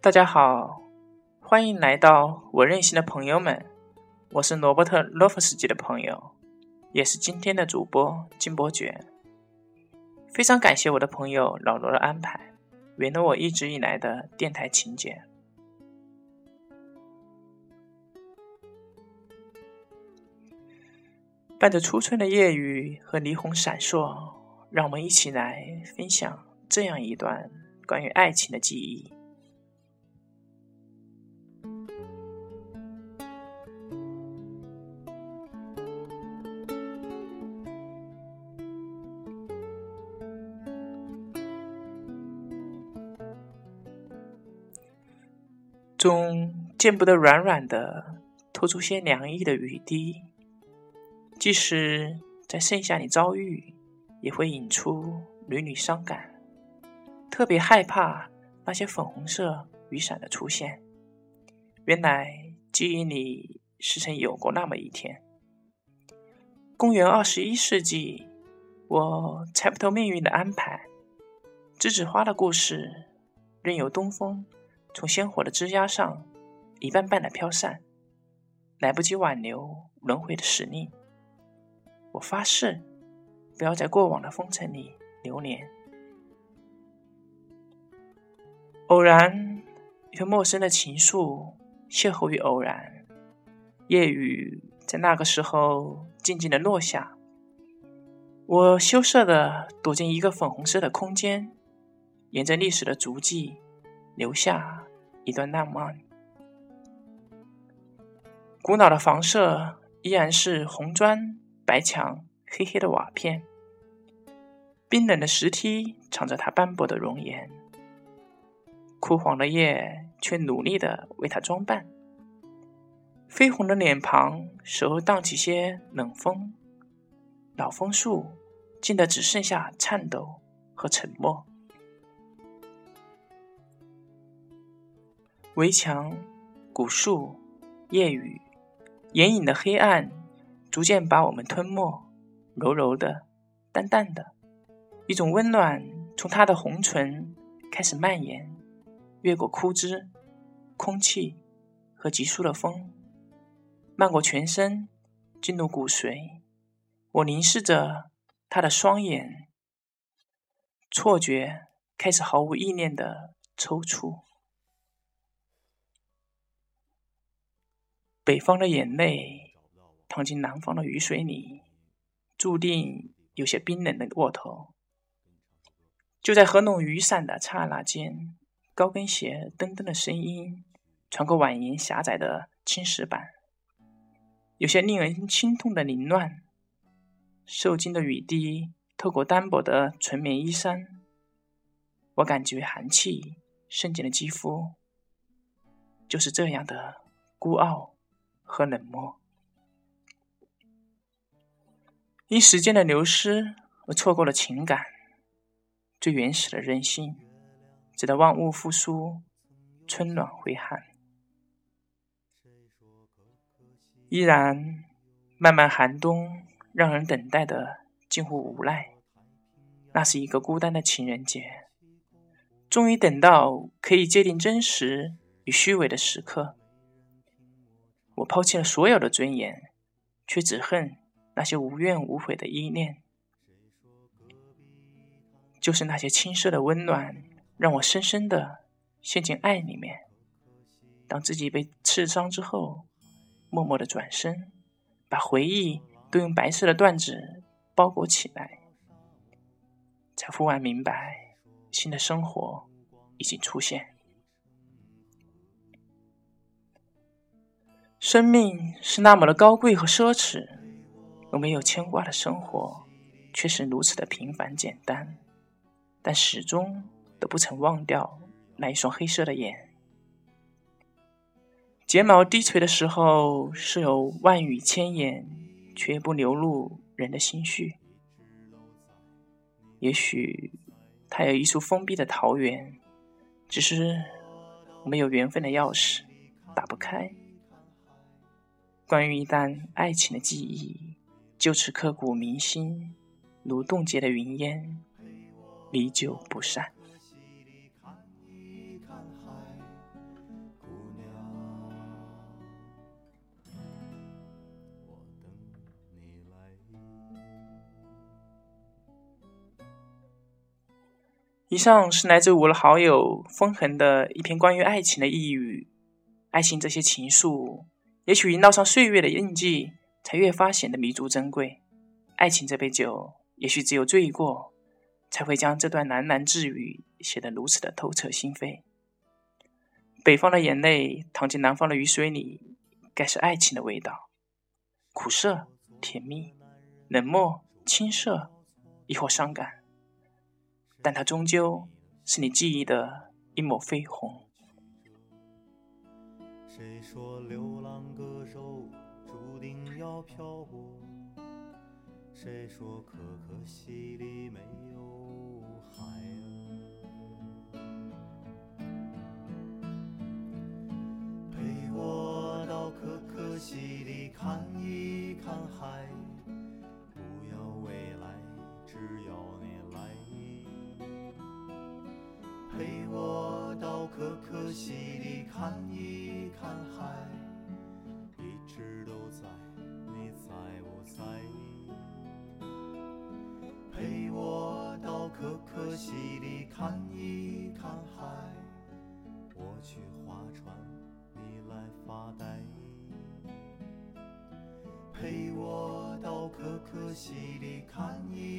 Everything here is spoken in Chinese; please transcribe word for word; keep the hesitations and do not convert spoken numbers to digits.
大家好，欢迎来到我任性的朋友们，我是罗伯特·洛夫斯基的朋友，也是今天的主播金伯爵。非常感谢我的朋友老罗的安排，圆了我一直以来的电台情节。伴着初春的夜雨和霓虹闪烁，让我们一起来分享这样一段关于爱情的记忆。中见不得软软的透出些凉意的雨滴，即使在盛夏里遭遇，也会引出缕缕伤感。特别害怕那些粉红色雨伞的出现，原来记忆里是曾有过那么一天。公元二十一世纪，我猜不透命运的安排，栀子花的故事任由东风从鲜活的枝桠上一瓣瓣的飘散，来不及挽留轮回的使命。我发誓不要在过往的风尘里流连。偶然一份陌生的情愫，邂逅于偶然。夜雨在那个时候静静地落下，我羞涩地躲进一个粉红色的空间，沿着历史的足迹留下一段浪漫。古老的房舍依然是红砖白墙黑黑的瓦片，冰冷的石梯藏着它斑驳的容颜，枯黄的叶却努力地为它装扮。绯红的脸庞时而荡起些冷风，老枫树静得只剩下颤抖和沉默。围墙、古树、夜雨，眼影的黑暗逐渐把我们吞没，柔柔的，淡淡的，一种温暖从它的红唇开始蔓延，越过枯枝、空气和急速的风，漫过全身，进入骨髓。我凝视着他的双眼，错觉开始毫无意念的抽搐。北方的眼泪淌进南方的雨水里，注定有些冰冷的过头。就在合拢雨伞的刹那间，高跟鞋噔噔的声音传过蜿蜒狭窄的青石板，有些令人心痛的凌乱。受惊的雨滴透过单薄的纯棉衣衫，我感觉寒气渗进了肌肤，就是这样的孤傲和冷漠。因时间的流失而错过了情感，最原始的任性，直到万物复苏，春暖回寒。依然漫漫寒冬让人等待的近乎无奈。那是一个孤单的情人节，终于等到可以界定真实与虚伪的时刻。我抛弃了所有的尊严，却只恨那些无怨无悔的依恋。就是那些青涩的温暖，让我深深地陷进爱里面。当自己被刺伤之后，默默地转身，把回忆都用白色的缎子包裹起来，才忽然明白，新的生活已经出现。生命是那么的高贵和奢侈，而没有牵挂的生活却是如此的平凡简单，但始终都不曾忘掉那一双黑色的眼。睫毛低垂的时候，是有万语千言，却不流露人的心绪。也许它有一处封闭的桃源，只是没有缘分的钥匙打不开。关于一段爱情的记忆，就此刻骨铭心，如冻结的云烟，历久不散。 以上是来自我的好友风痕的一篇关于爱情的呓语。爱情这些情愫，也许萦绕上岁月的印记，才越发显得弥足珍贵。爱情这杯酒，也许只有醉过，才会将这段喃喃自语写得如此的透彻心扉。北方的眼泪淌进南方的雨水里，该是爱情的味道，苦涩、甜蜜、冷漠、青涩，亦或伤感，但它终究是你记忆的一抹绯红。 谁说流浪歌手注定要漂泊？谁说可可西里没有海啊？陪我到可可西里看一看海，不要未来，只要你来。陪我到可可西里看一看海，一直都在，你在不在？陪我到可可西里看一看海，我去划船，你来发呆。陪我到可可西里看一